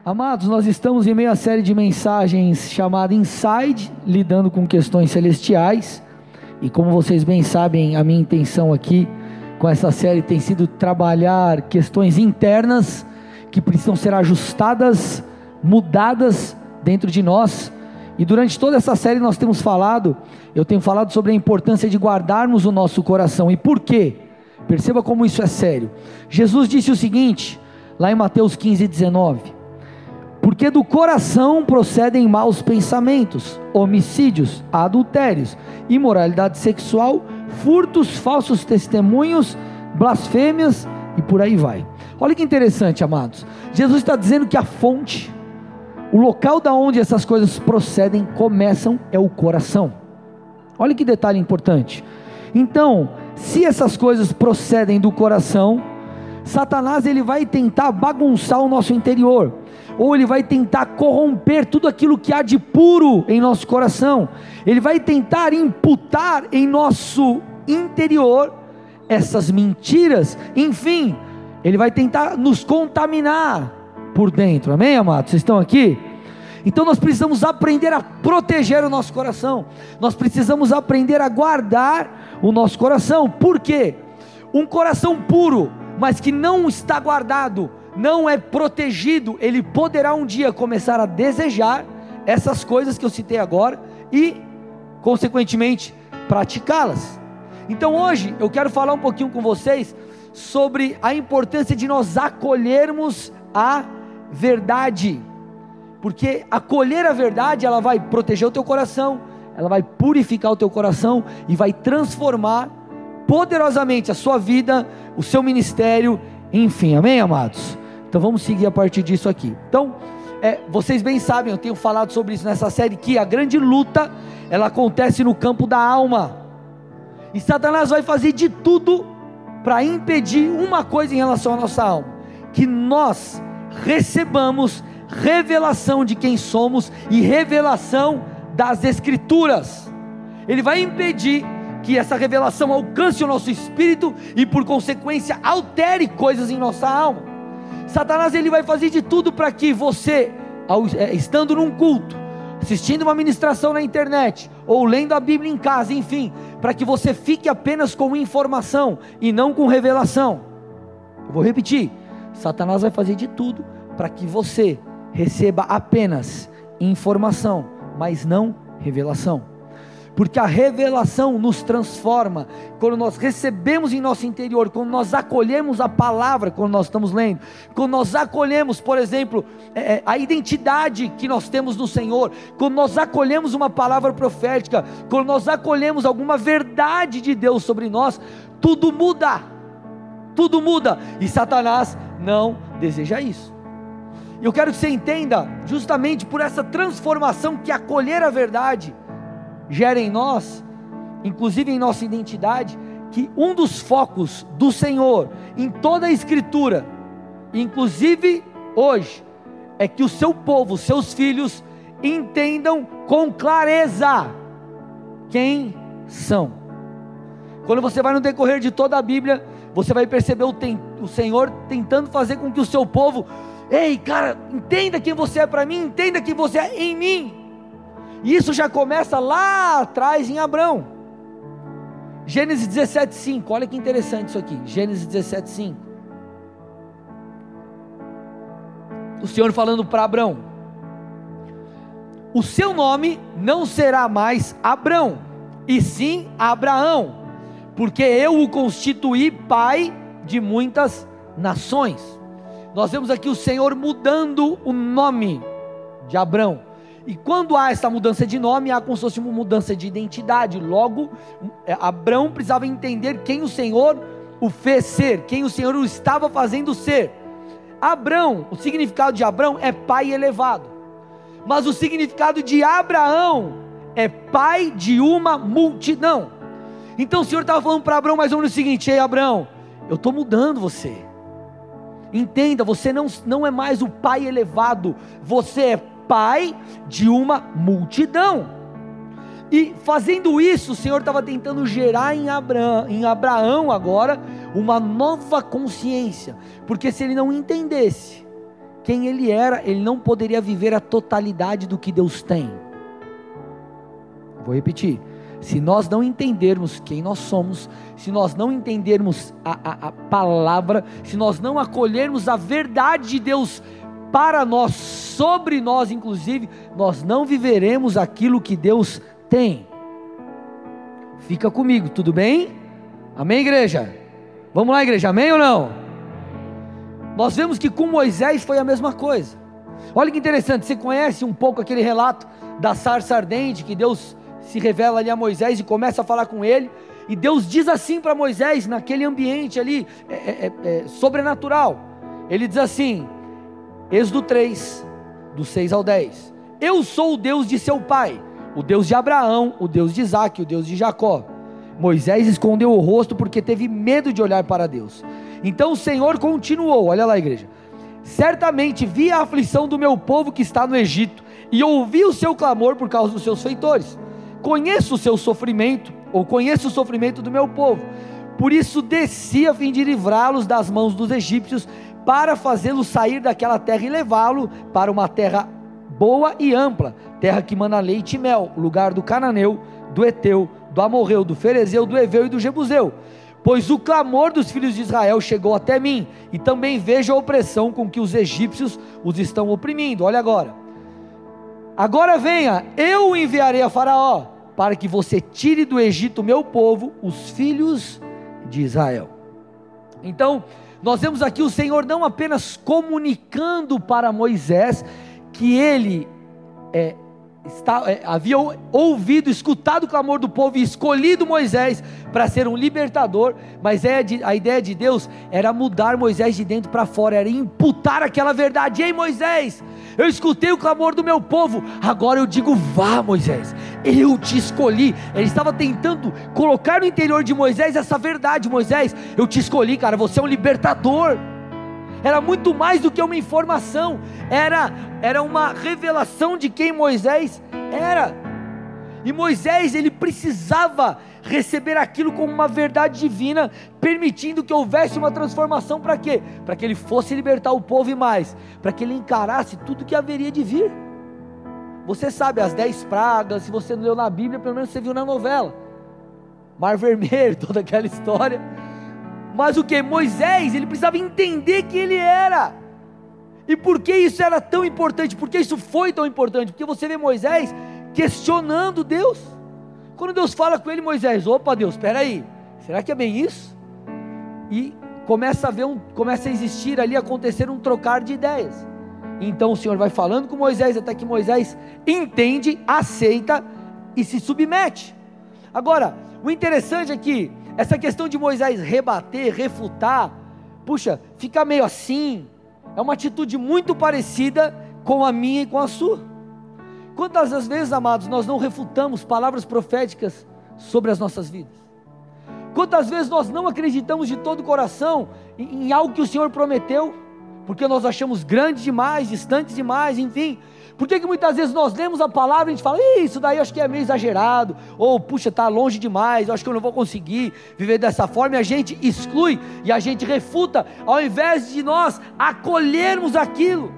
Amados, nós estamos em meio à série de mensagens chamada Inside, lidando com questões celestiais, e como vocês bem sabem, a minha intenção aqui com essa série tem sido trabalhar questões internas, que precisam ser ajustadas, mudadas dentro de nós. E durante toda essa série eu tenho falado sobre a importância de guardarmos o nosso coração. E por quê? Perceba como isso é sério. Jesus disse o seguinte, lá em Mateus 15:19, porque do coração procedem maus pensamentos, homicídios, adultérios, imoralidade sexual, furtos, falsos testemunhos, blasfêmias e por aí vai. Olha que interessante, amados. Jesus está dizendo que a fonte, o local da onde essas coisas procedem, começam, é o coração. Olha que detalhe importante. Então, se essas coisas procedem do coração, Satanás ele vai tentar bagunçar o nosso interior, ou ele vai tentar corromper tudo aquilo que há de puro em nosso coração. Ele vai tentar imputar em nosso interior essas mentiras. Enfim, ele vai tentar nos contaminar por dentro. Amém, amados? Vocês estão aqui? Então nós precisamos aprender a proteger o nosso coração. Nós precisamos aprender a guardar o nosso coração. Por quê? Um coração puro, mas que não está guardado, não é protegido, ele poderá um dia começar a desejar essas coisas que eu citei agora e, consequentemente, praticá-las. Então hoje eu quero falar um pouquinho com vocês sobre a importância de nós acolhermos a verdade, porque acolher a verdade, ela vai proteger o teu coração, ela vai purificar o teu coração e vai transformar poderosamente a sua vida, o seu ministério, enfim, amém, amados? Então vamos seguir a partir disso aqui. Então, vocês bem sabem, eu tenho falado sobre isso nessa série, que a grande luta, ela acontece no campo da alma, e Satanás vai fazer de tudo para impedir uma coisa em relação à nossa alma, que nós recebamos revelação de quem somos, e revelação das Escrituras. Ele vai impedir que essa revelação alcance o nosso espírito, e por consequência altere coisas em nossa alma. Satanás ele vai fazer de tudo para que você, estando num culto, assistindo uma ministração na internet, ou lendo a Bíblia em casa, enfim, para que você fique apenas com informação, e não com revelação. Eu vou repetir, Satanás vai fazer de tudo para que você receba apenas informação, mas não revelação. Porque a revelação nos transforma, quando nós recebemos em nosso interior, quando nós acolhemos a palavra, quando nós estamos lendo, quando nós acolhemos, por exemplo, a identidade que nós temos no Senhor, quando nós acolhemos uma palavra profética, quando nós acolhemos alguma verdade de Deus sobre nós, tudo muda, e Satanás não deseja isso. Eu quero que você entenda, justamente por essa transformação que acolher a verdade gera em nós, inclusive em nossa identidade, que um dos focos do Senhor em toda a Escritura, inclusive hoje, é que o seu povo, seus filhos, entendam com clareza quem são. Quando você vai no decorrer de toda a Bíblia, você vai perceber o Senhor tentando fazer com que o seu povo, ei cara, entenda quem você é para mim, entenda quem você é em mim. E isso já começa lá atrás em Abrão. Gênesis 17:5, olha que interessante isso aqui, Gênesis 17:5, o Senhor falando para Abrão: o seu nome não será mais Abrão, e sim Abraão, porque eu o constituí pai de muitas nações. Nós vemos aqui o Senhor mudando o nome de Abrão. E quando há essa mudança de nome, há como se fosse uma mudança de identidade. Logo, Abrão precisava entender quem o Senhor o fez ser, quem o Senhor o estava fazendo ser. Abrão, o significado de Abrão é pai elevado, mas o significado de Abraão é pai de uma multidão. Então o Senhor estava falando para Abrão mais ou menos o seguinte: ei Abrão, eu estou mudando você, entenda, você não é mais o pai elevado, você é pai de uma multidão. E fazendo isso, o Senhor estava tentando gerar em Abraão agora uma nova consciência, porque se ele não entendesse quem ele era, ele não poderia viver a totalidade do que Deus tem. Vou repetir. Se nós não entendermos quem nós somos, se nós não entendermos a palavra, se nós não acolhermos a verdade de Deus para nós, sobre nós inclusive, nós não viveremos aquilo que Deus tem. Fica comigo, tudo bem? Amém, igreja? Vamos lá, igreja, amém ou não? Nós vemos que com Moisés foi a mesma coisa. Olha que interessante, você conhece um pouco aquele relato da sarça ardente, que Deus se revela ali a Moisés e começa a falar com ele, e Deus diz assim para Moisés, naquele ambiente ali, sobrenatural, ele diz assim, Êxodo 3, do 6 ao 10, eu sou o Deus de seu pai, o Deus de Abraão, o Deus de Isaque, o Deus de Jacó. Moisés escondeu o rosto porque teve medo de olhar para Deus. Então o Senhor continuou, olha lá, igreja, certamente vi a aflição do meu povo que está no Egito, e ouvi o seu clamor por causa dos seus feitores. Conheço o seu sofrimento, ou conheço o sofrimento do meu povo, por isso desci a fim de livrá-los das mãos dos egípcios, para fazê-los sair daquela terra e levá-lo para uma terra boa e ampla, terra que mana leite e mel, lugar do cananeu, do Eteu, do Amorreu, do Ferezeu, do Eveu e do Jebuseu. Pois o clamor dos filhos de Israel chegou até mim, e também vejo a opressão com que os egípcios os estão oprimindo. Olha agora venha, eu o enviarei a Faraó, para que você tire do Egito meu povo, os filhos de Israel. Então, nós vemos aqui o Senhor não apenas comunicando para Moisés, que ele havia ouvido, escutado o clamor do povo e escolhido Moisés para ser um libertador, mas a ideia de Deus era mudar Moisés de dentro para fora, era imputar aquela verdade. Ei, Moisés, eu escutei o clamor do meu povo, agora eu digo, vá, Moisés, eu te escolhi. Ele estava tentando colocar no interior de Moisés essa verdade. Moisés, eu te escolhi, cara, você é um libertador. Era muito mais do que uma informação, era uma revelação de quem Moisés era. E Moisés, ele precisava receber aquilo como uma verdade divina, permitindo que houvesse uma transformação. Para quê? Para que ele fosse libertar o povo, e mais, para que ele encarasse tudo que haveria de vir. Você sabe as 10 pragas, se você não leu na Bíblia, pelo menos você viu na novela, Mar Vermelho, toda aquela história. Mas o que? Moisés, ele precisava entender quem ele era. E por que isso era tão importante? Por que isso foi tão importante? Porque você vê Moisés questionando Deus. Quando Deus fala com ele, Moisés, opa Deus, espera aí, será que é bem isso? E começa a existir ali, acontecer um trocar de ideias. Então o Senhor vai falando com Moisés, até que Moisés entende, aceita e se submete. Agora, o interessante é que essa questão de Moisés rebater, refutar, puxa, fica meio assim, é uma atitude muito parecida com a minha e com a sua. Quantas das vezes, amados, nós não refutamos palavras proféticas sobre as nossas vidas? Quantas vezes nós não acreditamos de todo o coração em algo que o Senhor prometeu, porque nós achamos grande demais, distante demais, enfim. Por que muitas vezes nós lemos a palavra e a gente fala, isso daí eu acho que é meio exagerado, ou puxa, está longe demais, eu acho que eu não vou conseguir viver dessa forma, e a gente exclui, e a gente refuta, ao invés de nós acolhermos aquilo.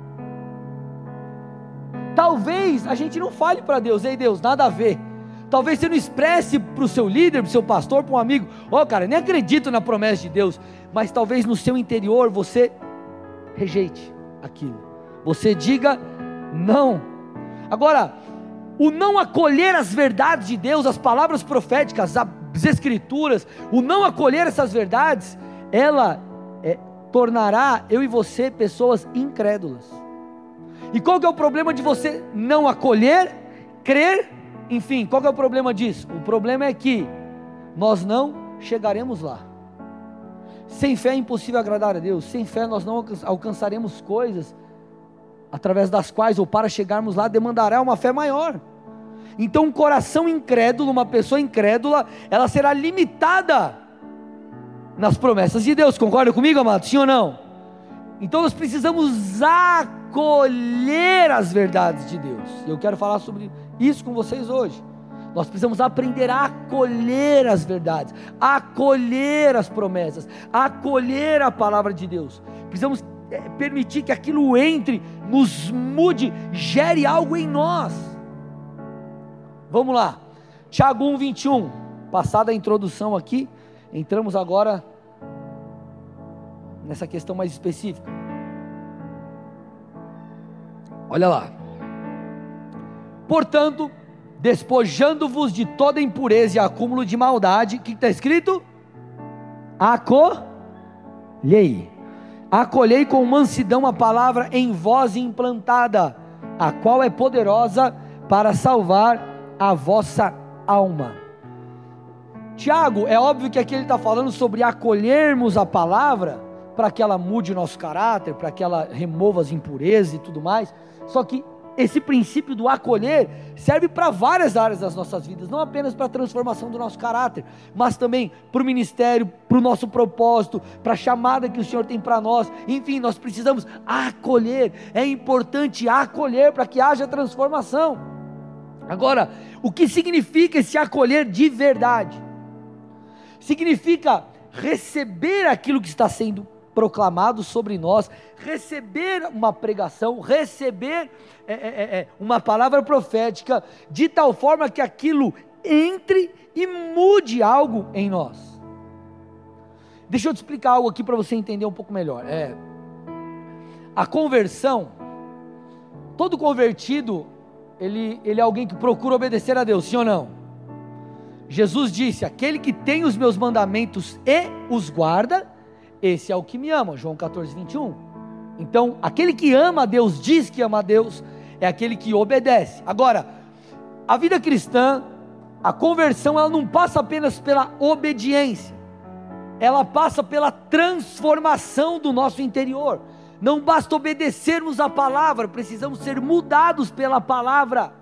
Talvez a gente não fale para Deus, ei Deus, nada a ver. Talvez você não expresse para o seu líder, para o seu pastor, para um amigo, cara, nem acredito na promessa de Deus, mas talvez no seu interior você rejeite aquilo, você diga não. Agora, o não acolher as verdades de Deus, as palavras proféticas, as escrituras, o não acolher essas verdades, ela tornará eu e você pessoas incrédulas. E qual que é o problema de você não acolher, crer, enfim, qual que é o problema disso? O problema é que nós não chegaremos lá. Sem fé é impossível agradar a Deus, sem fé nós não alcançaremos coisas através das quais, ou para chegarmos lá, demandará uma fé maior. Então um coração incrédulo, uma pessoa incrédula, ela será limitada nas promessas de Deus. Concorda comigo, amado? Sim ou não? Então nós precisamos acolher as verdades de Deus, e eu quero falar sobre isso com vocês hoje. Nós precisamos aprender a acolher as verdades, acolher as promessas, acolher a palavra de Deus. Precisamos permitir que aquilo entre, nos mude, gere algo em nós. Vamos lá, Tiago 1:21, passada a introdução aqui, entramos agora nessa questão mais específica. Olha lá: portanto, despojando-vos de toda impureza e acúmulo de maldade, o que está escrito? Acolhei com mansidão a palavra em vós implantada, a qual é poderosa para salvar a vossa alma. Tiago, é óbvio que aqui ele está falando sobre acolhermos a palavra, para que ela mude o nosso caráter, para que ela remova as impurezas e tudo mais. Só que esse princípio do acolher serve para várias áreas das nossas vidas, não apenas para a transformação do nosso caráter, mas também para o ministério, para o nosso propósito, para a chamada que o Senhor tem para nós. Enfim, nós precisamos acolher, é importante acolher para que haja transformação. Agora, o que significa esse acolher de verdade? Significa receber aquilo que está sendo proclamado sobre nós, receber uma pregação, receber uma palavra profética, de tal forma que aquilo entre e mude algo em nós. Deixa eu te explicar algo aqui para você entender um pouco melhor. A conversão, todo convertido, ele é alguém que procura obedecer a Deus, sim ou não? Jesus disse: aquele que tem os meus mandamentos e os guarda, esse é o que me ama, João 14:21. Então, aquele que ama a Deus, diz que ama a Deus, é aquele que obedece. Agora, a vida cristã, a conversão, ela não passa apenas pela obediência, ela passa pela transformação do nosso interior. Não basta obedecermos a palavra, precisamos ser mudados pela palavra.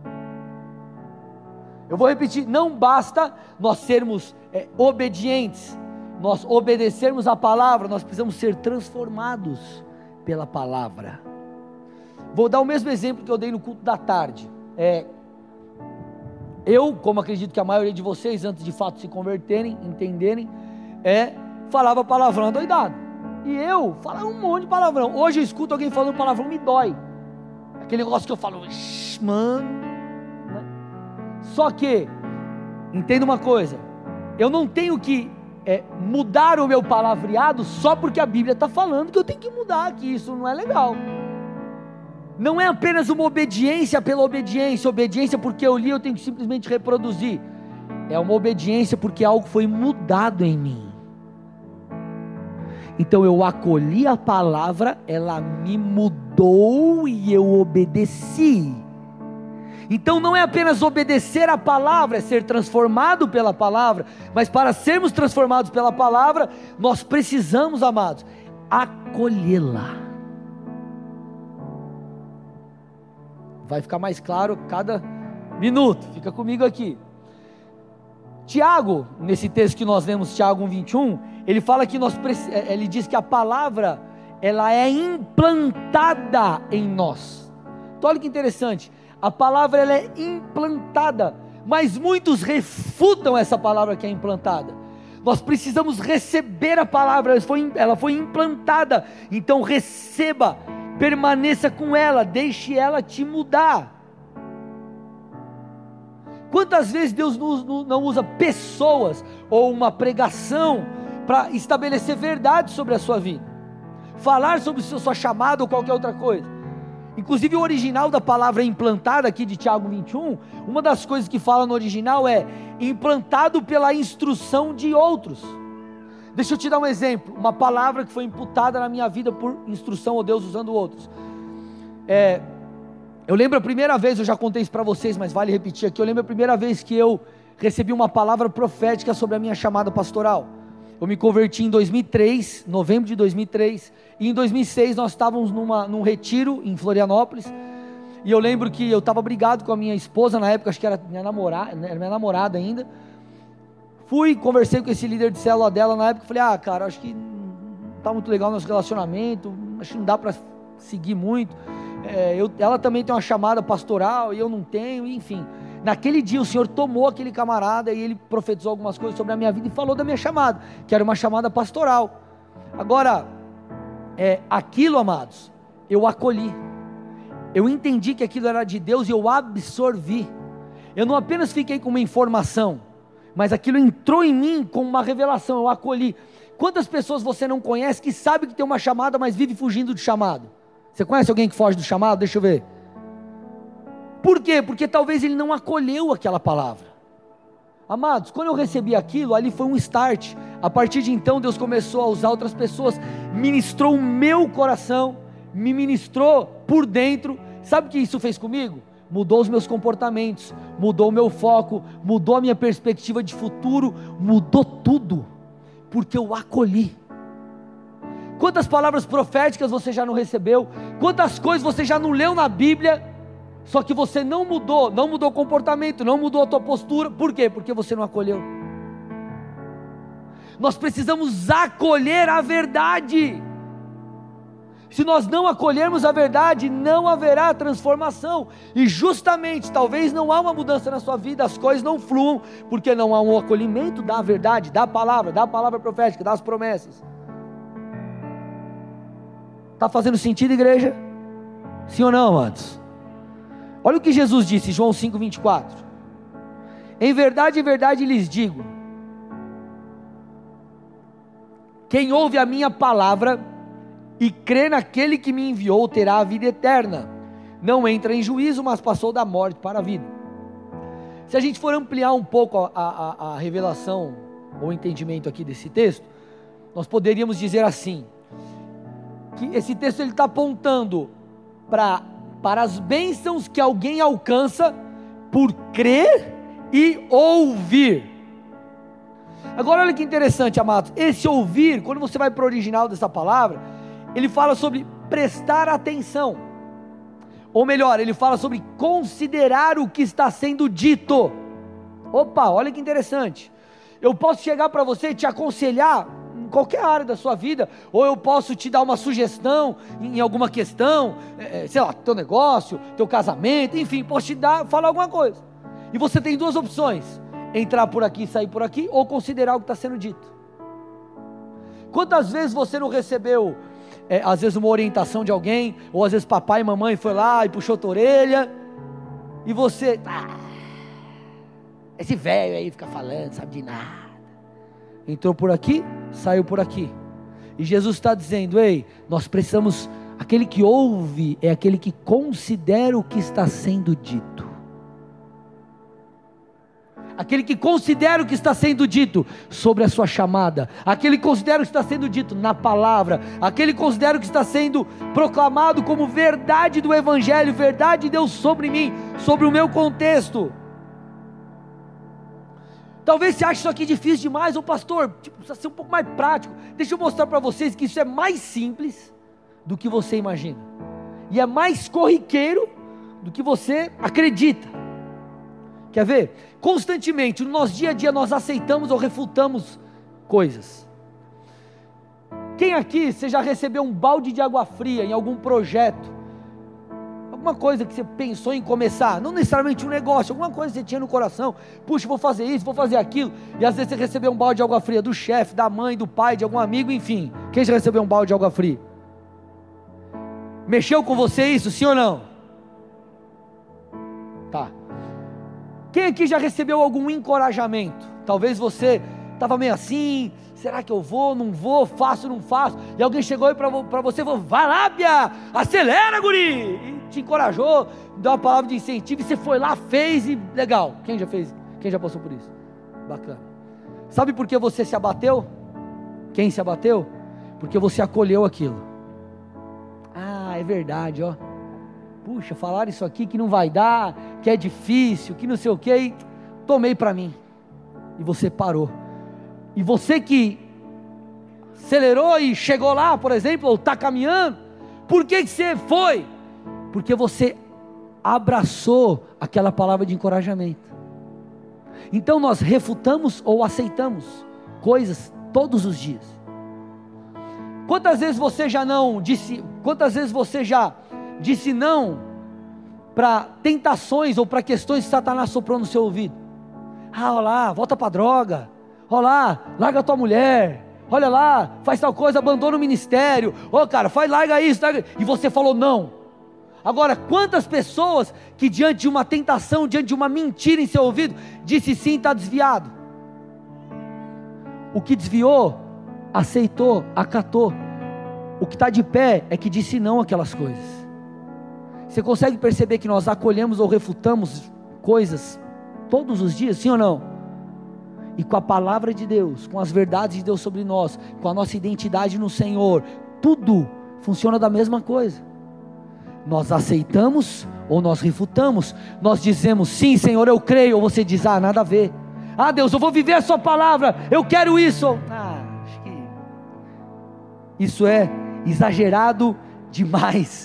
Eu vou repetir: não basta nós sermos obedientes, nós obedecermos a palavra, nós precisamos ser transformados pela palavra. Vou dar o mesmo exemplo que eu dei no culto da tarde. Eu, como acredito que a maioria de vocês, antes de fato se converterem, entenderem, falava palavrão adoidado. E eu falava um monte de palavrão. Hoje eu escuto alguém falando palavrão, me dói. Aquele negócio que eu falo, mano, né? Só que, entenda uma coisa, eu não tenho que mudar o meu palavreado só porque a Bíblia está falando que eu tenho que mudar, que isso não é legal. Não é apenas uma obediência pela obediência, obediência porque eu li, eu tenho que simplesmente reproduzir. É uma obediência porque algo foi mudado em mim. Então eu acolhi a palavra, ela me mudou e eu obedeci. Então não é apenas obedecer a palavra, é ser transformado pela palavra. Mas para sermos transformados pela palavra, nós precisamos, amados, acolhê-la. Vai ficar mais claro cada minuto, fica comigo aqui. Tiago, nesse texto que nós lemos, Tiago 1:21, ele fala que ele diz que a palavra, ela é implantada em nós. Então olha que interessante, a palavra ela é implantada, mas muitos refutam essa palavra que é implantada. Nós precisamos receber a palavra, ela foi implantada, então receba, permaneça com ela, deixe ela te mudar. Quantas vezes Deus não usa pessoas ou uma pregação para estabelecer verdade sobre a sua vida, falar sobre sua chamada ou qualquer outra coisa? Inclusive o original da palavra implantada aqui de Tiago 21, uma das coisas que fala no original é implantado pela instrução de outros. Deixa eu te dar um exemplo, uma palavra que foi imputada na minha vida por instrução, ou Deus usando outros. Eu lembro a primeira vez, eu já contei isso para vocês, mas vale repetir aqui. Eu lembro a primeira vez que eu recebi uma palavra profética sobre a minha chamada pastoral. Eu me converti em 2003, novembro de 2003, e em 2006 nós estávamos num retiro em Florianópolis, e eu lembro que eu estava brigado com a minha esposa na época, acho que era minha namorada ainda. Fui, conversei com esse líder de célula dela na época, falei, cara, acho que não está muito legal o nosso relacionamento, acho que não dá para seguir muito, ela também tem uma chamada pastoral, e eu não tenho, enfim. Naquele dia o Senhor tomou aquele camarada, e ele profetizou algumas coisas sobre a minha vida, e falou da minha chamada, que era uma chamada pastoral. Agora, aquilo, amados, eu acolhi, eu entendi que aquilo era de Deus e eu absorvi. Eu não apenas fiquei com uma informação, mas aquilo entrou em mim com uma revelação, eu acolhi. Quantas pessoas você não conhece que sabe que tem uma chamada, mas vive fugindo do chamado? Você conhece alguém que foge do chamado? Deixa eu ver. Por quê? Porque talvez ele não acolheu aquela palavra. Amados, quando eu recebi aquilo, ali foi um start. A partir de então, Deus começou a usar outras pessoas, ministrou o meu coração, me ministrou por dentro. Sabe o que isso fez comigo? Mudou os meus comportamentos, mudou o meu foco, mudou a minha perspectiva de futuro, mudou tudo, porque eu acolhi. Quantas palavras proféticas você já não recebeu? Quantas coisas você já não leu na Bíblia? Só que você não mudou o comportamento, não mudou a tua postura. Por quê? Porque você não acolheu. Nós precisamos acolher a verdade. Se nós não acolhermos a verdade, não haverá transformação. E justamente, talvez não há uma mudança na sua vida, as coisas não fluam, porque não há um acolhimento da verdade, da palavra profética, das promessas. Está fazendo sentido, igreja? Sim ou não, amados? Olha o que Jesus disse, João 5,24. Em verdade lhes digo, quem ouve a minha palavra e crê naquele que me enviou, terá a vida eterna, não entra em juízo, mas passou da morte para a vida. Se a gente for ampliar um pouco a revelação, ou o entendimento aqui desse texto, nós poderíamos dizer assim, que esse texto ele está apontando para as bênçãos que alguém alcança por crer e ouvir. Agora olha que interessante, amados, esse ouvir, quando você vai para o original dessa palavra, ele fala sobre prestar atenção, ou melhor, ele fala sobre considerar o que está sendo dito. Opa, olha que interessante, eu posso chegar para você e te aconselhar em qualquer área da sua vida, ou eu posso te dar uma sugestão em alguma questão, sei lá, teu negócio, teu casamento, enfim, posso te falar alguma coisa, e você tem duas opções, entrar por aqui, sair por aqui, ou considerar o que está sendo dito. Quantas vezes você não recebeu, às vezes uma orientação de alguém, ou às vezes papai e mamãe foi lá e puxou a tua orelha, e você, esse velho aí fica falando, sabe de nada, entrou por aqui, saiu por aqui, e Jesus está dizendo, ei, nós precisamos, aquele que ouve, é aquele que considera o que está sendo dito, aquele que considera o que está sendo dito sobre a sua chamada, aquele que considera o que está sendo dito na palavra, aquele que considera o que está sendo proclamado como verdade do Evangelho, verdade de Deus sobre mim, sobre o meu contexto. Talvez você ache isso aqui difícil demais, ou pastor, precisa ser um pouco mais prático. Deixa eu mostrar para vocês que isso é mais simples do que você imagina, e é mais corriqueiro do que você acredita. Quer ver? Constantemente, no nosso dia a dia, nós aceitamos ou refutamos coisas. Quem aqui, você já recebeu um balde de água fria em algum projeto? Alguma coisa que você pensou em começar, não necessariamente um negócio, alguma coisa que você tinha no coração, puxa, vou fazer isso, vou fazer aquilo, e às vezes você recebeu um balde de água fria do chefe, da mãe, do pai, de algum amigo, enfim. Quem já recebeu um balde de água fria? Mexeu com você isso, sim ou não? Tá. Quem aqui já recebeu algum encorajamento? Talvez você estava meio assim, será que eu vou, não vou, faço, não faço, e alguém chegou aí para você e falou, vai lá, Bia, acelera, guri, e te encorajou, deu uma palavra de incentivo, e você foi lá, fez, e legal. Quem já fez? Quem já passou por isso? Bacana. Sabe por que você se abateu? Quem se abateu? Porque você acolheu aquilo. Ah, é verdade, ó. Puxa, falaram isso aqui que não vai dar, que é difícil, que não sei o que, e tomei para mim, e você parou, e você que acelerou e chegou lá, por exemplo, ou está caminhando, por que você foi? Porque você abraçou aquela palavra de encorajamento. Então nós refutamos ou aceitamos coisas todos os dias. Quantas vezes você já não disse, quantas vezes você já disse não para tentações ou para questões que Satanás soprou no seu ouvido? Ah, olha lá, volta para a droga, olha lá, larga a tua mulher, olha lá, faz tal coisa, abandona o ministério, cara, larga isso, e você falou não. Agora, quantas pessoas que diante de uma tentação, diante de uma mentira em seu ouvido, disse sim, está desviado. O que desviou, aceitou, acatou. O que está de pé é que disse não àquelas coisas. Você consegue perceber que nós acolhemos ou refutamos coisas todos os dias, sim ou não? E com a palavra de Deus, com as verdades de Deus sobre nós, com a nossa identidade no Senhor, tudo funciona da mesma coisa. Nós aceitamos ou nós refutamos. Nós dizemos sim, Senhor, eu creio, ou você diz, nada a ver. Deus, eu vou viver a sua palavra, eu quero isso. Acho que isso é exagerado demais.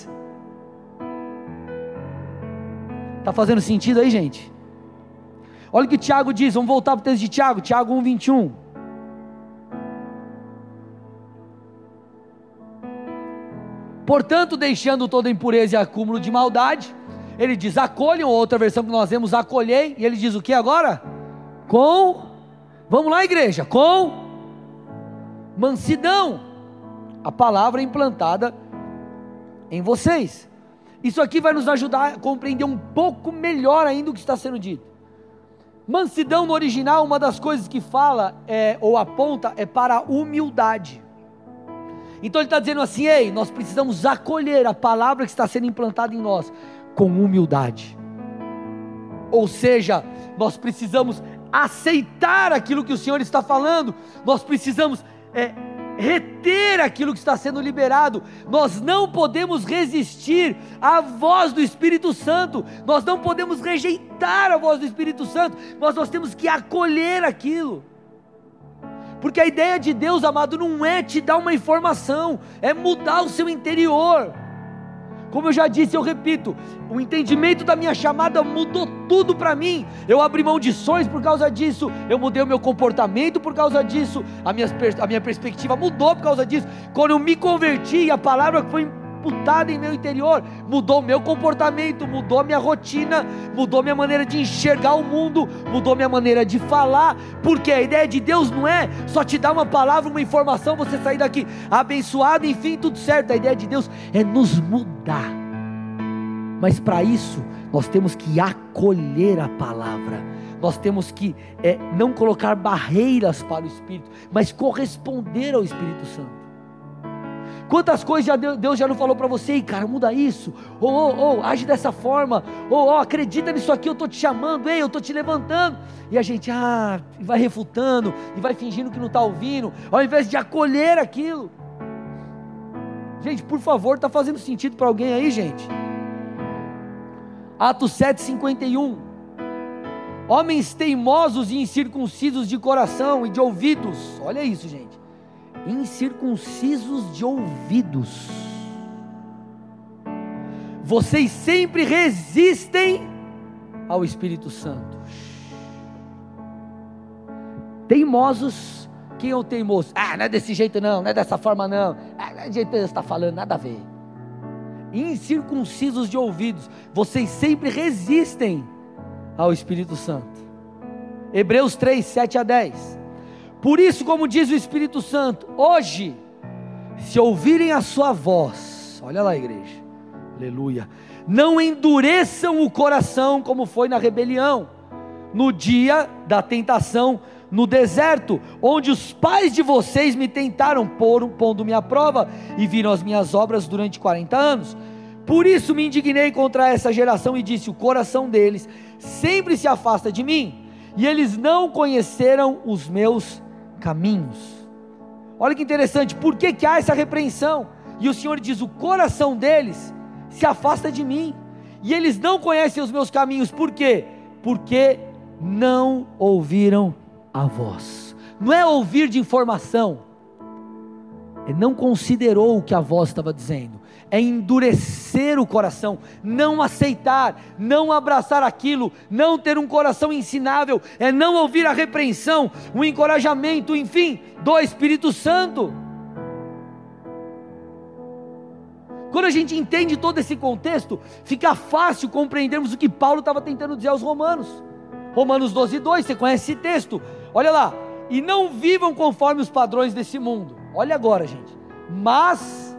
Está fazendo sentido aí, gente? Olha o que Tiago diz, vamos voltar para o texto de Tiago 1:21. Portanto, deixando toda impureza e acúmulo de maldade, ele diz acolham, outra versão que nós vemos, acolhei, e ele diz o que agora? Vamos lá, igreja, com mansidão, a palavra implantada em vocês. Isso aqui vai nos ajudar a compreender um pouco melhor ainda o que está sendo dito. Mansidão no original, uma das coisas que fala ou aponta é para a humildade. Então ele está dizendo assim, nós precisamos acolher a palavra que está sendo implantada em nós com humildade. Ou seja, nós precisamos aceitar aquilo que o Senhor está falando, nós precisamos reter aquilo que está sendo liberado. Nós não podemos resistir à voz do Espírito Santo, nós não podemos rejeitar a voz do Espírito Santo, nós temos que acolher aquilo, porque a ideia de Deus, amado, não é te dar uma informação, é mudar o seu interior. Como eu já disse, eu repito, o entendimento da minha chamada mudou tudo para mim. Eu abri mão de sonhos por causa disso, eu mudei o meu comportamento por causa disso, a minha perspectiva mudou por causa disso. Quando eu me converti, a palavra que foi imputada em meu interior mudou o meu comportamento, mudou a minha rotina, mudou minha maneira de enxergar o mundo, mudou minha maneira de falar, porque a ideia de Deus não é só te dar uma palavra, uma informação, você sair daqui abençoado, enfim, tudo certo. A ideia de Deus é nos mudar, mas para isso nós temos que acolher a palavra, nós temos que não colocar barreiras para o Espírito, mas corresponder ao Espírito Santo. Quantas coisas Deus já não falou para você, cara, muda isso, age dessa forma, acredita nisso aqui, eu estou te chamando, eu estou te levantando, e a gente, vai refutando, e vai fingindo que não está ouvindo, ao invés de acolher aquilo. Gente, por favor, está fazendo sentido para alguém aí, gente? Atos 7:51, homens teimosos e incircuncisos de coração e de ouvidos, olha isso, gente, incircuncisos de ouvidos, vocês sempre resistem ao Espírito Santo. Teimosos, quem é o teimoso? Não é desse jeito não é dessa forma não é do jeito que Deus está falando, nada a ver. Incircuncisos de ouvidos, vocês sempre resistem ao Espírito Santo. Hebreus 3:7-10. Por isso, como diz o Espírito Santo, hoje, se ouvirem a sua voz, olha lá, igreja, aleluia, não endureçam o coração como foi na rebelião, no dia da tentação no deserto, onde os pais de vocês me tentaram, pondo-me à prova, e viram as minhas obras durante 40 anos, por isso me indignei contra essa geração e disse, o coração deles sempre se afasta de mim, e eles não conheceram os meus caminhos. Olha que interessante, por que há essa repreensão? E o Senhor diz, o coração deles se afasta de mim, e eles não conhecem os meus caminhos. Por quê? Porque não ouviram a voz. Não é ouvir de informação, não considerou o que a voz estava dizendo, é endurecer o coração, não aceitar, não abraçar aquilo, não ter um coração ensinável, é não ouvir a repreensão, o encorajamento, enfim, do Espírito Santo. Quando a gente entende todo esse contexto, fica fácil compreendermos o que Paulo estava tentando dizer aos Romanos. Romanos 12:2, você conhece esse texto? Olha lá, e não vivam conforme os padrões desse mundo. Olha agora, gente. Mas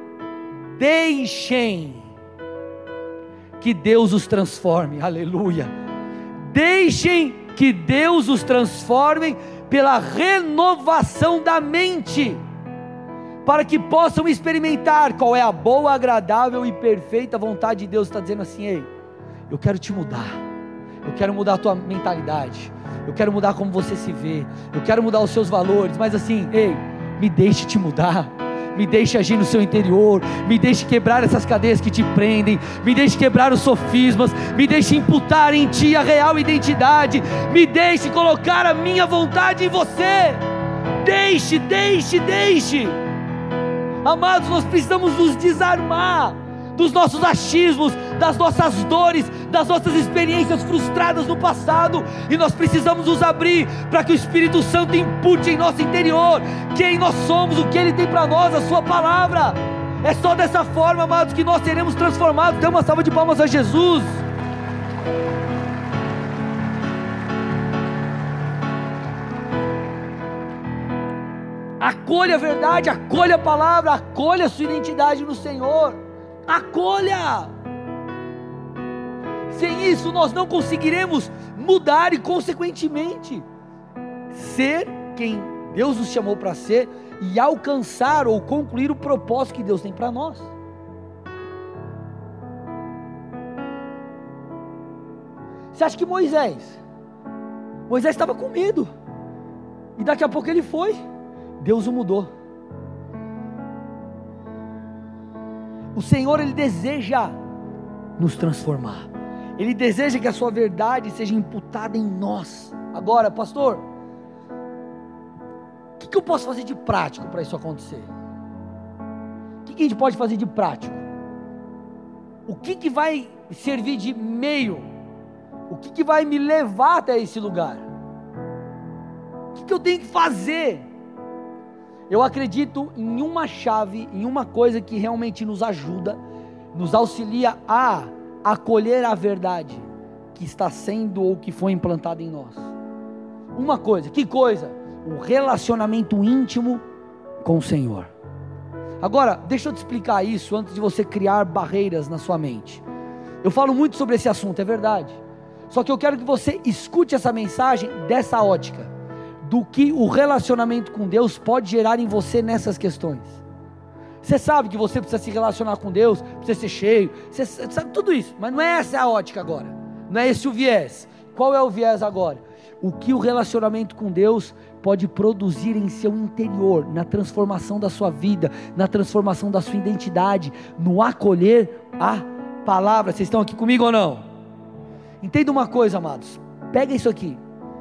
deixem que Deus os transforme. Aleluia. Deixem que Deus os transforme pela renovação da mente, para que possam experimentar qual é a boa, agradável e perfeita vontade de Deus. Está dizendo assim: ei, eu quero te mudar, eu quero mudar a tua mentalidade, eu quero mudar como você se vê, eu quero mudar os seus valores, mas assim, ei, me deixe te mudar, me deixe agir no seu interior, me deixe quebrar essas cadeias que te prendem, me deixe quebrar os sofismas, me deixe imputar em ti a real identidade, me deixe colocar a minha vontade em você. Deixe. Amados, nós precisamos nos desarmar dos nossos achismos, das nossas dores, das nossas experiências frustradas no passado, e nós precisamos nos abrir para que o Espírito Santo impute em nosso interior quem nós somos, o que Ele tem para nós, a sua palavra. É só dessa forma, amados, que nós seremos transformados. Dê uma salva de palmas a Jesus. Acolha a verdade, acolha a palavra, acolha a sua identidade no Senhor, acolha. Sem isso nós não conseguiremos mudar e consequentemente ser quem Deus nos chamou para ser e alcançar ou concluir o propósito que Deus tem para nós. Você acha que Moisés estava com medo, e daqui a pouco ele foi, Deus o mudou. O Senhor, Ele deseja nos transformar, Ele deseja que a sua verdade seja imputada em nós. Agora, pastor, o que eu posso fazer de prático para isso acontecer? O que a gente pode fazer de prático? O que vai servir de meio? O que vai me levar até esse lugar? O que eu tenho que fazer? Eu acredito em uma chave, em uma coisa que realmente nos ajuda, nos auxilia a acolher a verdade que está sendo ou que foi implantada em nós. Uma coisa, que coisa? O relacionamento íntimo com o Senhor. Agora, deixa eu te explicar isso antes de você criar barreiras na sua mente. Eu falo muito sobre esse assunto, é verdade. Só que eu quero que você escute essa mensagem dessa ótica, do que o relacionamento com Deus pode gerar em você nessas questões. Você sabe que você precisa se relacionar com Deus, precisa ser cheio, você sabe tudo isso, mas não é essa a ótica agora, não é esse o viés. Qual é o viés agora? O que o relacionamento com Deus pode produzir em seu interior, na transformação da sua vida, na transformação da sua identidade, no acolher a palavra. Vocês estão aqui comigo ou não? Entenda uma coisa, amados, pega isso aqui.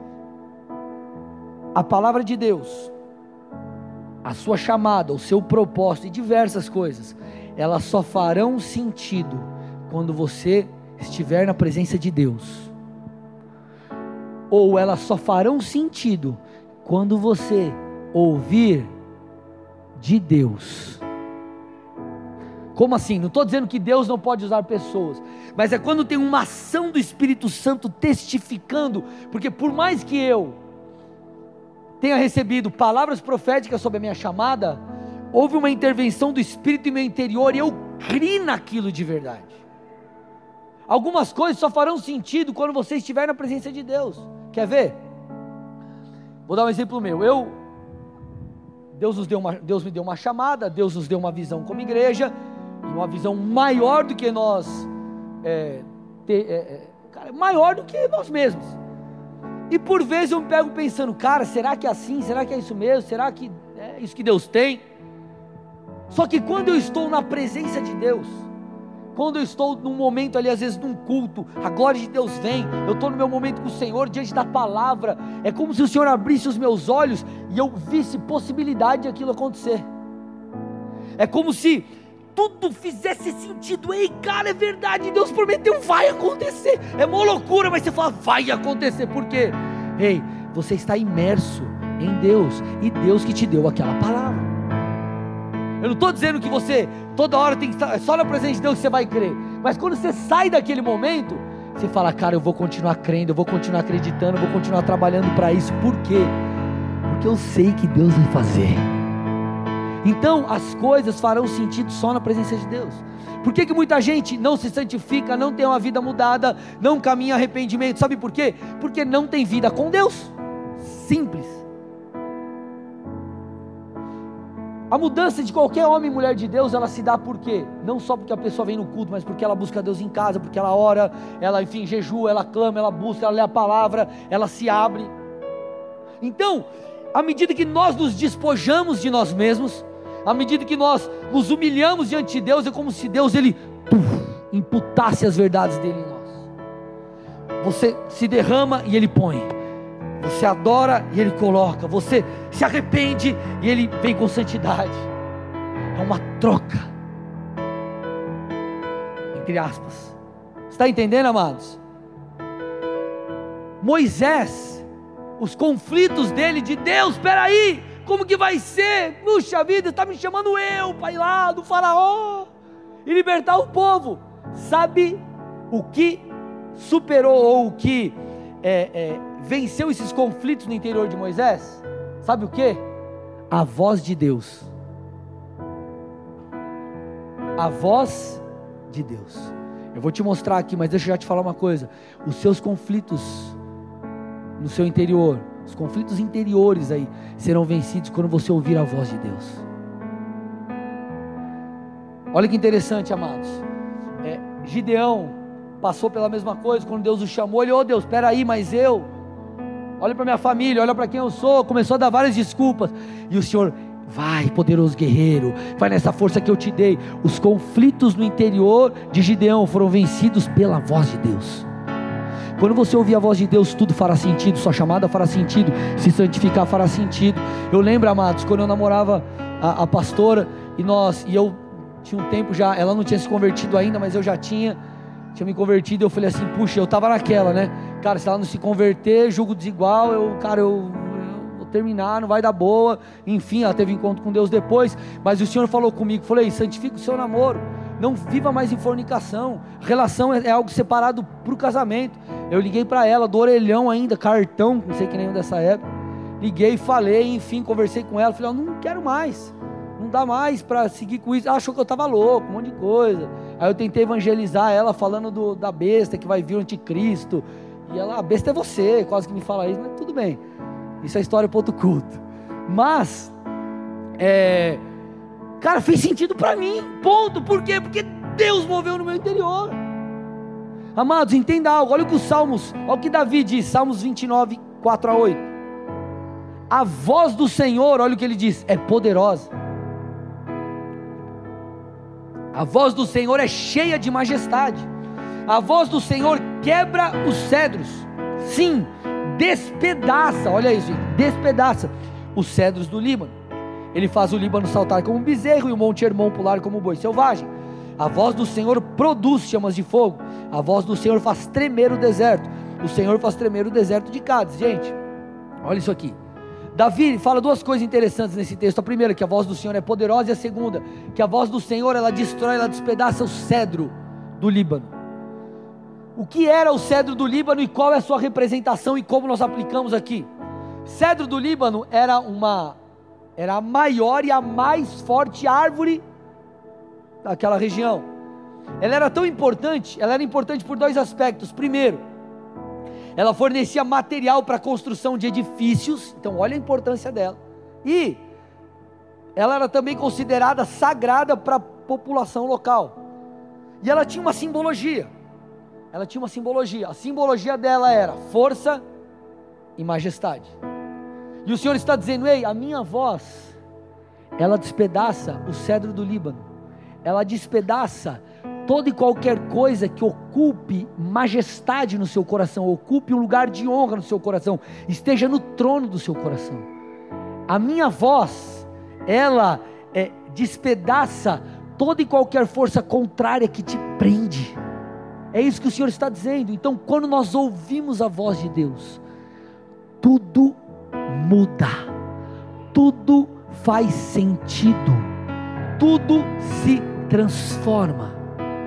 A palavra de Deus, a sua chamada, o seu propósito e diversas coisas, elas só farão sentido quando você estiver na presença de Deus, ou elas só farão sentido quando você ouvir de Deus. Como assim? Não estou dizendo que Deus não pode usar pessoas, mas é quando tem uma ação do Espírito Santo testificando, porque por mais que eu tenha recebido palavras proféticas sobre a minha chamada, houve uma intervenção do Espírito em meu interior e eu criei naquilo de verdade. Algumas coisas só farão sentido quando você estiver na presença de Deus. Quer ver? Vou dar um exemplo meu. Deus me deu uma chamada, Deus nos deu uma visão como igreja, uma visão maior do que nós, maior do que nós mesmos. E por vezes eu me pego pensando, cara, será que é assim? Será que é isso mesmo? Será que é isso que Deus tem? Só que quando eu estou na presença de Deus, quando eu estou num momento ali, às vezes num culto, a glória de Deus vem, eu estou no meu momento com o Senhor, diante da palavra, é como se o Senhor abrisse os meus olhos, e eu visse possibilidade de aquilo acontecer, é como se tudo fizesse sentido. Ei, cara, é verdade, Deus prometeu, vai acontecer, é uma loucura, mas você fala, vai acontecer, por quê? Ei, você está imerso em Deus, e Deus que te deu aquela palavra. Eu não estou dizendo que você, toda hora tem que estar, só na presença de Deus que você vai crer, mas quando você sai daquele momento, você fala, cara, eu vou continuar crendo, eu vou continuar acreditando, eu vou continuar trabalhando para isso. Por quê? porque eu sei que Deus vai fazer. Então as coisas farão sentido só na presença de Deus. Por que muita gente não se santifica, não tem uma vida mudada, não caminha em arrependimento? Sabe por quê? Porque não tem vida com Deus. Simples. A mudança de qualquer homem e mulher de Deus, ela se dá por quê? Não só porque a pessoa vem no culto, mas porque ela busca Deus em casa, porque ela ora, ela enfim jejua, ela clama, ela busca, ela lê a palavra, ela se abre. Então, à medida que nós nos despojamos de nós mesmos, à medida que nós nos humilhamos diante de Deus, é como se Deus imputasse as verdades dele em nós. Você se derrama e Ele põe, você adora e Ele coloca, você se arrepende e Ele vem com santidade. É uma troca, entre aspas. Está entendendo, amados? Moisés, os conflitos dele de Deus, espera aí, como que vai ser? Puxa vida, está me chamando eu para ir lá do faraó e libertar o povo. Sabe o que superou ou o que venceu esses conflitos no interior de Moisés? Sabe o que? A voz de Deus. A voz de Deus. Eu vou te mostrar aqui, mas deixa eu já te falar uma coisa. Os seus conflitos no seu interior, os conflitos interiores aí, serão vencidos quando você ouvir a voz de Deus. Olha que interessante, amados. Gideão passou pela mesma coisa. Quando Deus o chamou, ele: Deus, espera aí, mas eu, olha para minha família, olha para quem eu sou. Começou a dar várias desculpas, e o Senhor: vai, poderoso guerreiro, vai nessa força que eu te dei. Os conflitos no interior de Gideão foram vencidos pela voz de Deus. Quando você ouvir a voz de Deus, tudo fará sentido, sua chamada fará sentido, se santificar fará sentido. Eu lembro, amados, quando eu namorava a pastora, e eu tinha um tempo já, ela não tinha se convertido ainda, mas eu já tinha me convertido. Eu falei assim: puxa, eu estava naquela, né, cara, se ela não se converter, julgo desigual, eu vou terminar, não vai dar boa. Enfim, ela teve encontro com Deus depois, mas o Senhor falou comigo, falei: santifica o seu namoro, não viva mais em fornicação. Relação é algo separado para o casamento. Eu liguei para ela, do orelhão ainda, cartão, não sei que nenhum dessa época, liguei, falei, enfim, conversei com ela, falei: não quero mais, não dá mais para seguir com isso. Ela achou que eu estava louco, um monte de coisa. Aí eu tentei evangelizar ela, falando da besta, que vai vir o anticristo, e ela: a besta é você, quase que me fala isso, mas tudo bem, isso é história para outro culto. Mas, cara, fez sentido para mim, ponto. Por quê? Porque Deus moveu no meu interior. Amados, entenda algo, olha o que os Salmos, olha o que Davi diz, Salmos 29, 4-8, a voz do Senhor, olha o que ele diz, é poderosa, a voz do Senhor é cheia de majestade, a voz do Senhor quebra os cedros, sim, despedaça, olha isso, despedaça os cedros do Líbano. Ele faz o Líbano saltar como um bezerro e o Monte Hermon pular como um boi selvagem. A voz do Senhor produz chamas de fogo, a voz do Senhor faz tremer o deserto, o Senhor faz tremer o deserto de Cádiz. Gente, olha isso aqui. Davi fala duas coisas interessantes nesse texto. A primeira, que a voz do Senhor é poderosa, e a segunda, que a voz do Senhor, ela destrói, ela despedaça o cedro do Líbano. O que era o cedro do Líbano e qual é a sua representação e como nós aplicamos aqui? Cedro do Líbano era a maior e a mais forte árvore daquela região. Ela era tão importante, ela era importante por dois aspectos. Primeiro, ela fornecia material para a construção de edifícios, então olha a importância dela, e ela era também considerada sagrada para a população local, e ela tinha uma simbologia, a simbologia dela era força e majestade, e o Senhor está dizendo: ei, a minha voz, ela despedaça o cedro do Líbano, ela despedaça toda e qualquer coisa que ocupe majestade no seu coração, ocupe um lugar de honra no seu coração, esteja no trono do seu coração. A minha voz, ela despedaça toda e qualquer força contrária que te prende. É isso que o Senhor está dizendo. Então, quando nós ouvimos a voz de Deus, tudo muda, tudo faz sentido, tudo se transforma.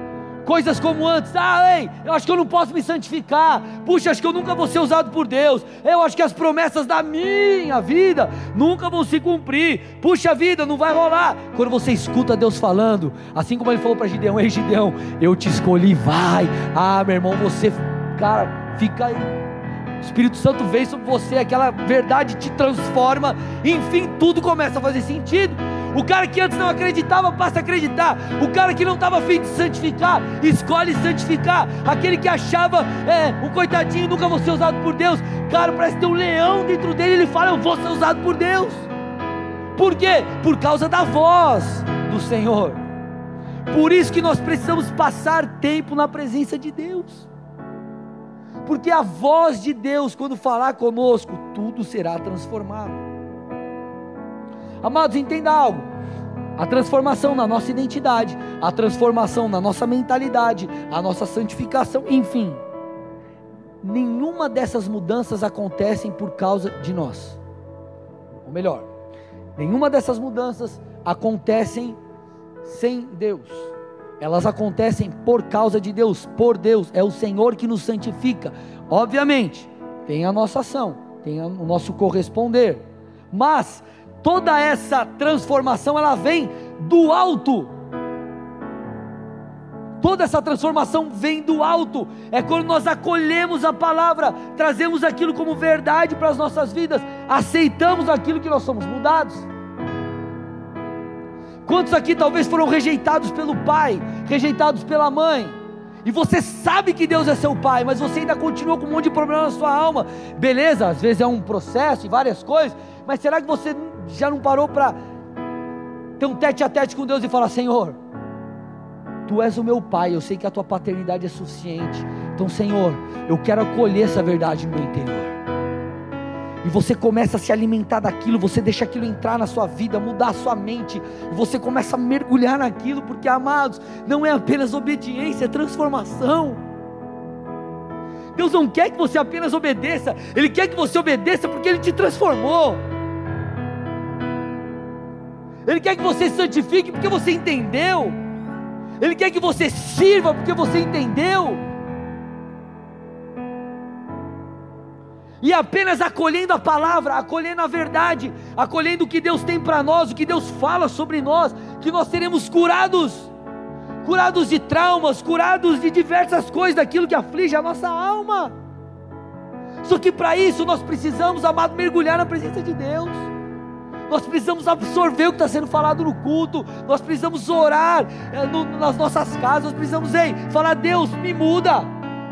Coisas como antes, ei, eu acho que eu não posso me santificar, puxa, acho que eu nunca vou ser usado por Deus, eu acho que as promessas da minha vida nunca vão se cumprir, puxa vida, não vai rolar. Quando você escuta Deus falando, assim como Ele falou para Gideão: ei Gideão, eu te escolhi, vai. Meu irmão, você, cara, fica aí, o Espírito Santo veio sobre você, aquela verdade te transforma, enfim, tudo começa a fazer sentido. O cara que antes não acreditava passa a acreditar. O cara que não estava a fim de santificar, escolhe santificar. Aquele que achava, um coitadinho, nunca vou ser usado por Deus, cara, parece ter um leão dentro dele. Ele fala: eu vou ser usado por Deus. Por quê? Por causa da voz do Senhor. Por isso que nós precisamos passar tempo na presença de Deus, porque a voz de Deus, quando falar conosco, tudo será transformado. Amados, entenda algo: a transformação na nossa identidade, a transformação na nossa mentalidade, a nossa santificação, enfim, nenhuma dessas mudanças acontecem por causa de nós. Ou melhor, nenhuma dessas mudanças acontecem sem Deus. Elas acontecem por causa de Deus, por Deus. É o Senhor que nos santifica. Obviamente, tem a nossa ação, tem o nosso corresponder, mas toda essa transformação, ela vem do alto. Toda essa transformação vem do alto. É quando nós acolhemos a palavra, trazemos aquilo como verdade para as nossas vidas, aceitamos aquilo que nós somos mudados. Quantos aqui talvez foram rejeitados pelo pai, rejeitados pela mãe, e você sabe que Deus é seu pai, mas você ainda continua com um monte de problema na sua alma? Beleza, às vezes é um processo e várias coisas, mas será que você já não parou para ter um tete a tete com Deus e falar: Senhor, Tu és o meu pai, eu sei que a Tua paternidade é suficiente, então Senhor, eu quero acolher essa verdade no meu interior. E você começa a se alimentar daquilo, você deixa aquilo entrar na sua vida, mudar a sua mente, e você começa a mergulhar naquilo, porque, amados, não é apenas obediência, é transformação. Deus não quer que você apenas obedeça, Ele quer que você obedeça porque Ele te transformou. Ele quer que você santifique porque você entendeu. Ele quer que você sirva porque você entendeu. E apenas acolhendo a palavra, acolhendo a verdade, acolhendo o que Deus tem para nós, o que Deus fala sobre nós, que nós seremos curados, curados de traumas, curados de diversas coisas, daquilo que aflige a nossa alma. Só que para isso nós precisamos, amado, mergulhar na presença de Deus. Nós precisamos absorver o que está sendo falado no culto, nós precisamos orar nas nossas casas, nós precisamos falar: Deus, me muda.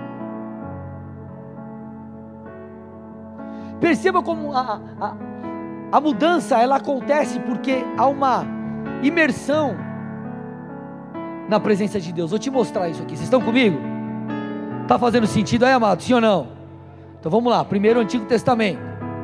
Perceba como a mudança, ela acontece porque há uma imersão na presença de Deus. Vou te mostrar isso aqui, vocês estão comigo? Está fazendo sentido aí, amado? Sim ou não? Então vamos lá, primeiro o Antigo Testamento.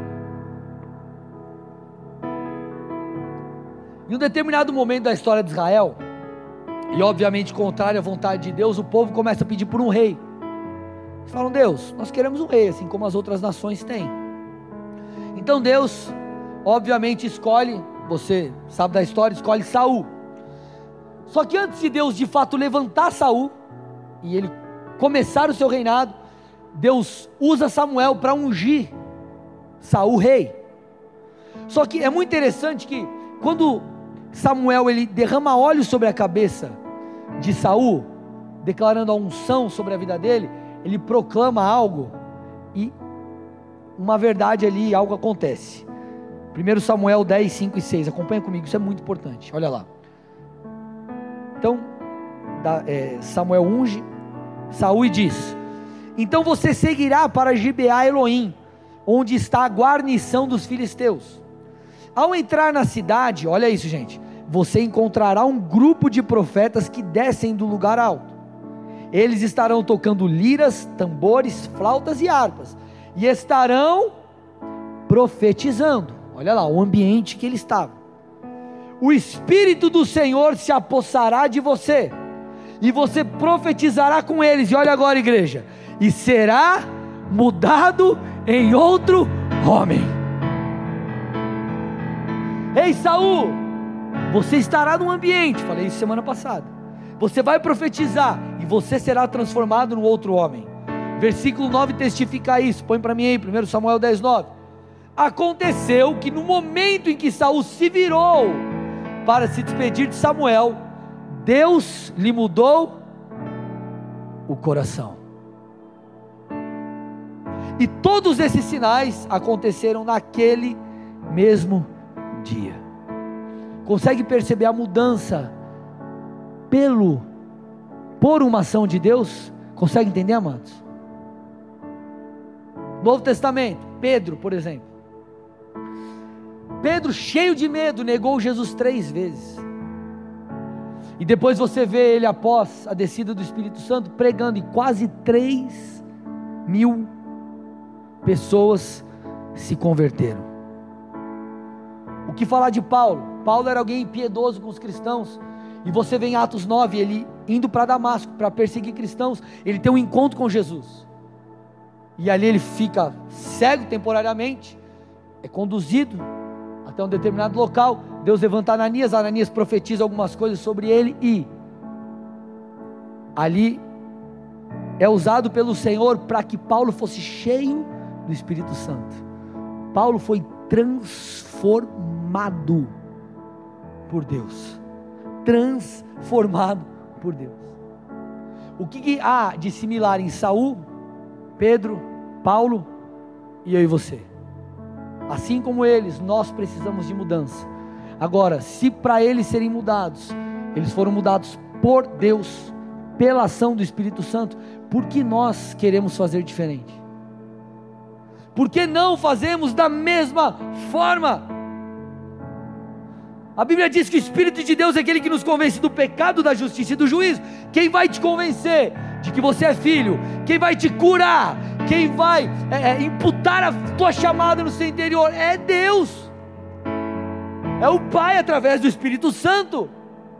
Em um determinado momento da história de Israel, e obviamente contrário à vontade de Deus, o povo começa a pedir por um rei. Eles falam: Deus, nós queremos um rei, assim como as outras nações têm. Então Deus, obviamente, escolhe, você sabe da história, escolhe Saul. Só que antes de Deus de fato levantar Saul, e ele começar o seu reinado, Deus usa Samuel para ungir Saul rei. Só que é muito interessante que quando Samuel ele derrama óleo sobre a cabeça de Saul, declarando a unção sobre a vida dele, ele proclama algo, e uma verdade ali, algo acontece. 1 Samuel 10, 5 e 6, acompanha comigo, isso é muito importante, olha lá. Então, Samuel unge Saul e diz: então você seguirá para Gibeá Elohim, onde está a guarnição dos filisteus. Ao entrar na cidade, olha isso, gente, você encontrará um grupo de profetas que descem do lugar alto. Eles estarão tocando liras, tambores, flautas e harpas, e estarão profetizando. Olha lá o ambiente que ele estava. O Espírito do Senhor se apossará de você, e você profetizará com eles. E olha agora, igreja, e será mudado em outro homem. Ei Saul, você estará num ambiente, falei isso semana passada, Você vai profetizar e você será transformado no outro homem. Versículo 9 testifica isso. Põe para mim aí, 1 Samuel 10:9. Aconteceu que no momento em que Saul se virou para se despedir de Samuel, Deus lhe mudou o coração. E todos esses sinais aconteceram naquele mesmo dia. Consegue perceber a mudança por uma ação de Deus? Consegue entender, amados? Novo Testamento, Pedro, por exemplo. Pedro, cheio de medo, negou Jesus 3 vezes. E depois você vê ele, após a descida do Espírito Santo, pregando, e quase 3.000 pessoas se converteram. O que falar de Paulo? Paulo era alguém impiedoso com os cristãos. E você vê em Atos 9, ele indo para Damasco, para perseguir cristãos. Ele tem um encontro com Jesus. E ali ele fica cego temporariamente. É conduzido até um determinado local. Deus levanta Ananias. Ananias profetiza algumas coisas sobre ele. E ali é usado pelo Senhor para que Paulo fosse cheio do Espírito Santo. Paulo foi transformado por Deus. Transformado por Deus. O que há de similar em Saul, Pedro, Paulo e eu e você? Assim como eles, nós precisamos de mudança. Agora, se para eles serem mudados, eles foram mudados por Deus, pela ação do Espírito Santo, por que nós queremos fazer diferente? Por que não fazemos da mesma forma? A Bíblia diz que o Espírito de Deus é aquele que nos convence do pecado, da justiça e do juízo. Quem vai te convencer de que você é filho? Quem vai te curar? Quem vai imputar a tua chamada no seu interior? É Deus. É o Pai através do Espírito Santo.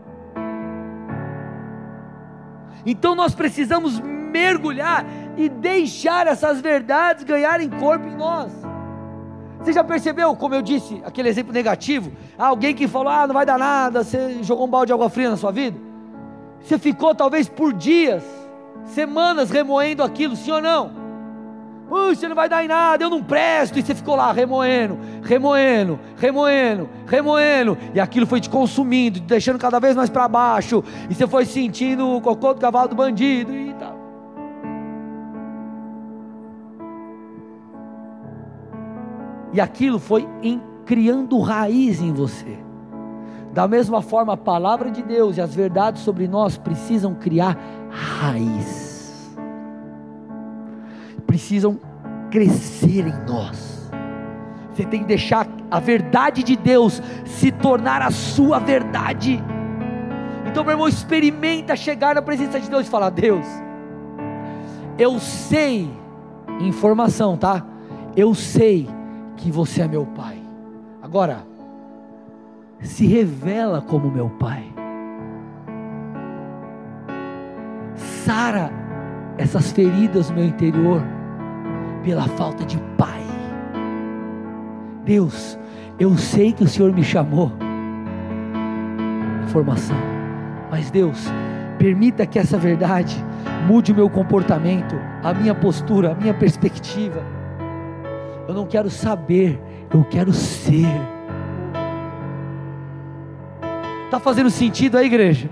Então nós precisamos mergulhar e deixar essas verdades ganharem corpo em nós. Você já percebeu, como eu disse, aquele exemplo negativo? Alguém que falou, não vai dar nada, você jogou um balde de água fria na sua vida? Você ficou talvez por dias, semanas remoendo aquilo, sim ou não? Puxa, não vai dar em nada, eu não presto. E você ficou lá remoendo, e aquilo foi te consumindo, te deixando cada vez mais para baixo, e você foi sentindo o cocô do cavalo do bandido e tal. E aquilo foi criando raiz em você. Da mesma forma, a palavra de Deus e as verdades sobre nós precisam criar raiz, precisam crescer em nós. Você tem que deixar a verdade de Deus se tornar a sua verdade. Então, meu irmão, experimenta chegar na presença de Deus e falar: Deus, eu sei, informação, tá? Eu sei que você é meu Pai. Agora, se revela como meu Pai. Sara essas feridas no meu interior pela falta de Pai. Deus, eu sei que o Senhor me chamou. Informação. Mas Deus, permita que essa verdade mude o meu comportamento, a minha postura, a minha perspectiva. Eu não quero saber, eu quero ser. Está fazendo sentido aí, igreja?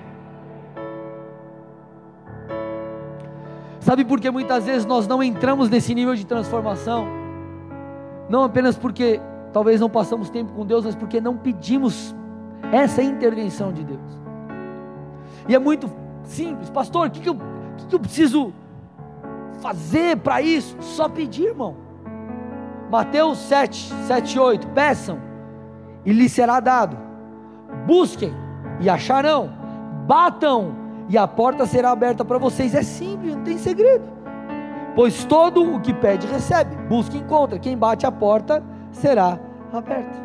Sabe por que muitas vezes nós não entramos nesse nível de transformação? Não apenas porque talvez não passamos tempo com Deus, mas porque não pedimos essa intervenção de Deus. E é muito simples. Pastor, o que eu preciso fazer para isso? Só pedir, irmão. Mateus 7, 8, peçam e lhes será dado, busquem e acharão, batam e a porta será aberta para vocês. É simples, não tem segredo. Pois todo o que pede recebe, busca e encontra, quem bate a porta será aberta.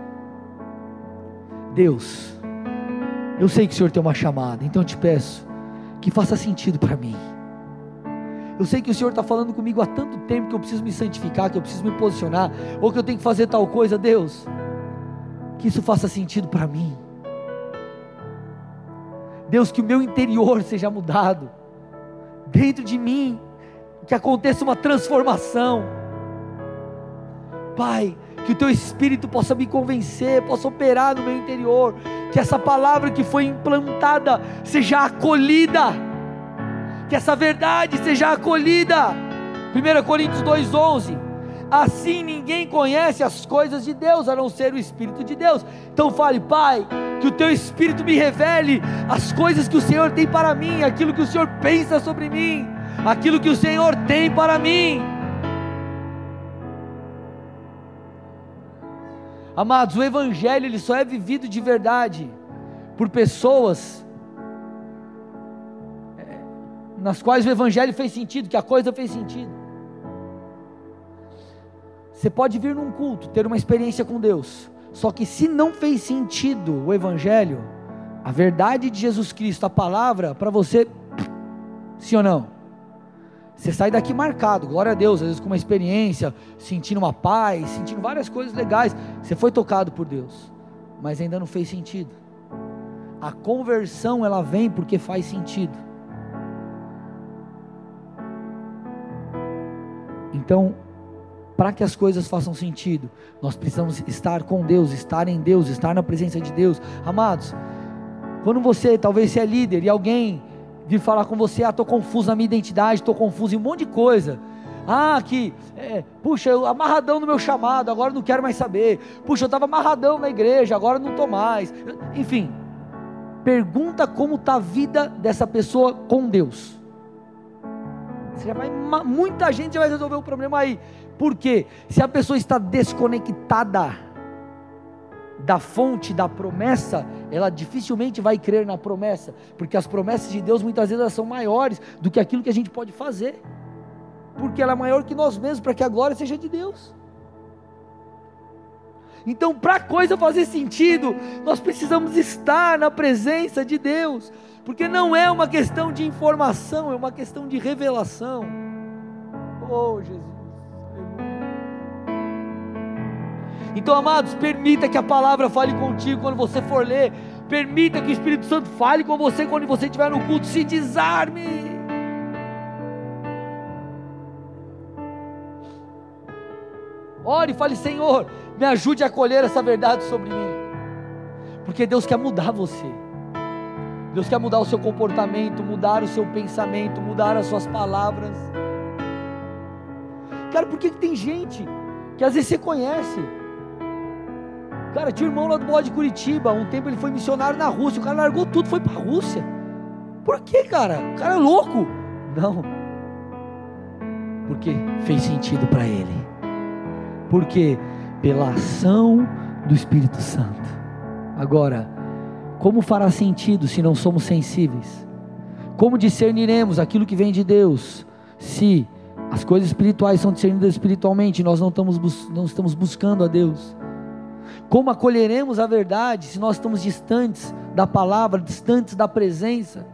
Deus, eu sei que o Senhor tem uma chamada, então eu te peço que faça sentido para mim. Eu sei que o Senhor está falando comigo há tanto tempo que eu preciso me santificar, que eu preciso me posicionar, ou que eu tenho que fazer tal coisa. Deus, que isso faça sentido para mim. Deus, que o meu interior seja mudado, dentro de mim, que aconteça uma transformação. Pai, que o Teu Espírito possa me convencer, possa operar no meu interior, que essa palavra que foi implantada seja acolhida, que essa verdade seja acolhida. 1 Coríntios 2:11, assim ninguém conhece as coisas de Deus, a não ser o Espírito de Deus. Então fale: Pai, que o Teu Espírito me revele as coisas que o Senhor tem para mim, aquilo que o Senhor pensa sobre mim, aquilo que o Senhor tem para mim. Amados, o Evangelho ele só é vivido de verdade por pessoas nas quais o Evangelho fez sentido, que a coisa fez sentido. Você pode vir num culto, ter uma experiência com Deus, só que se não fez sentido o Evangelho, a verdade de Jesus Cristo, a palavra, para você, sim ou não? Você sai daqui marcado, glória a Deus, às vezes com uma experiência, sentindo uma paz, sentindo várias coisas legais, você foi tocado por Deus, mas ainda não fez sentido. A conversão ela vem porque faz sentido. Então, para que as coisas façam sentido, nós precisamos estar com Deus, estar em Deus, estar na presença de Deus. Amados, quando você, talvez você é líder e alguém vir falar com você: estou confuso na minha identidade, estou confuso em um monte de coisa, puxa, eu amarradão no meu chamado, agora não quero mais saber, puxa, eu estava amarradão na igreja, agora não estou mais, enfim, pergunta como está a vida dessa pessoa com Deus. Muita gente já vai resolver o problema aí. Por quê? Se a pessoa está desconectada da fonte da promessa, ela dificilmente vai crer na promessa, porque as promessas de Deus muitas vezes elas são maiores do que aquilo que a gente pode fazer, porque ela é maior que nós mesmos, para que a glória seja de Deus. Então, para a coisa fazer sentido, nós precisamos estar na presença de Deus, porque não é uma questão de informação, é uma questão de revelação. Oh Jesus, então, amados, permita que a palavra fale contigo quando você for ler, permita que o Espírito Santo fale com você quando você estiver no culto. Se desarme. Ore e fale: Senhor, me ajude a acolher essa verdade sobre mim, porque Deus quer mudar você, Deus quer mudar o seu comportamento, mudar o seu pensamento, mudar as suas palavras. Cara, por que tem gente que às vezes você conhece? Cara, tinha um irmão lá do Boa de Curitiba, um tempo ele foi missionário na Rússia, o cara largou tudo, foi para a Rússia. Por que, cara? O cara é louco? Não, porque fez sentido para ele. Por quê? Pela ação do Espírito Santo. Agora, como fará sentido se não somos sensíveis? Como discerniremos aquilo que vem de Deus, se as coisas espirituais são discernidas espiritualmente, nós não estamos buscando a Deus? Como acolheremos a verdade se nós estamos distantes da palavra, distantes da presença?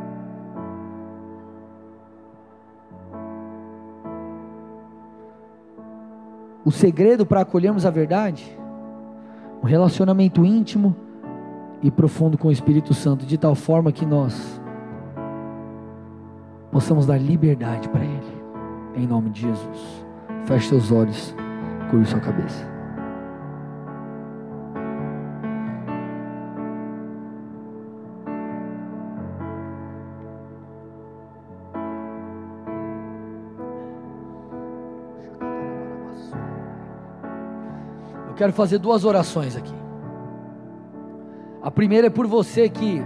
O segredo para acolhermos a verdade, um relacionamento íntimo e profundo com o Espírito Santo, de tal forma que nós possamos dar liberdade para Ele, em nome de Jesus. Feche seus olhos, curve sua cabeça. Quero fazer duas orações aqui. A primeira é por você que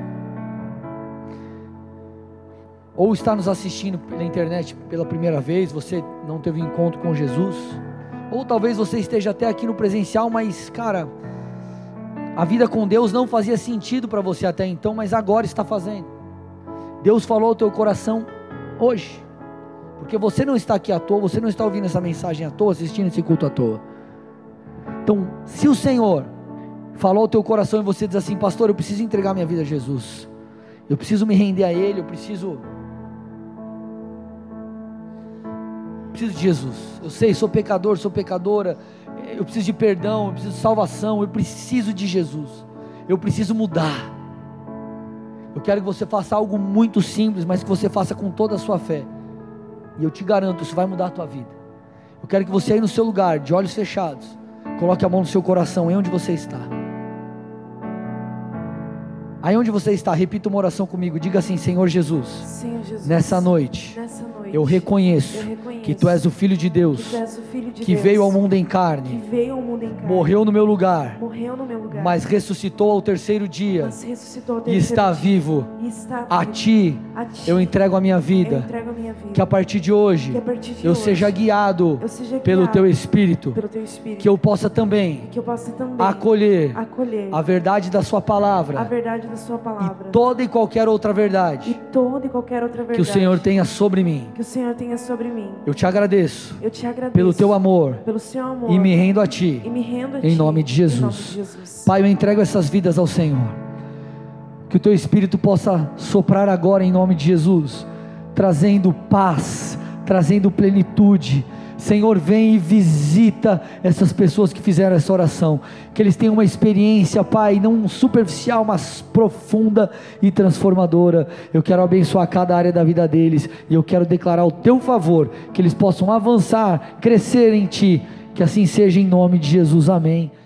ou está nos assistindo pela internet pela primeira vez, você não teve encontro com Jesus, ou talvez você esteja até aqui no presencial, mas cara, a vida com Deus não fazia sentido para você até então, mas agora está fazendo. Deus falou ao teu coração hoje, porque você não está aqui à toa, você não está ouvindo essa mensagem à toa, assistindo esse culto à toa. Então, se o Senhor falou ao teu coração e você diz assim: pastor, eu preciso entregar minha vida a Jesus, eu preciso me render a Ele, eu preciso de Jesus, eu sei, sou pecador, sou pecadora, eu preciso de perdão, eu preciso de salvação, eu preciso de Jesus, eu preciso mudar, eu quero que você faça algo muito simples, mas que você faça com toda a sua fé. E eu te garanto, isso vai mudar a tua vida. Eu quero que você aí no seu lugar, de olhos fechados, coloque a mão no seu coração, em onde você está. Aí onde você está, repita uma oração comigo. Diga assim: Senhor Jesus, nessa noite, eu reconheço que Tu és o Filho de Deus, que veio ao mundo em carne, morreu no meu lugar, mas ressuscitou ao terceiro dia, e está vivo. A Ti eu entrego a minha vida. Que a partir de hoje eu seja guiado pelo Teu Espírito, que eu possa também acolher a verdade da Sua palavra, e toda e qualquer outra verdade que o Senhor tenha sobre mim. Eu te agradeço pelo Teu amor, e me rendo a Ti, em nome de Jesus. Pai, eu entrego essas vidas ao Senhor. Que o Teu Espírito possa soprar agora em nome de Jesus, trazendo paz, trazendo plenitude. Senhor, vem e visita essas pessoas que fizeram essa oração, que eles tenham uma experiência, Pai, não superficial, mas profunda e transformadora. Eu quero abençoar cada área da vida deles, e eu quero declarar o Teu favor, que eles possam avançar, crescer em Ti, que assim seja em nome de Jesus, amém.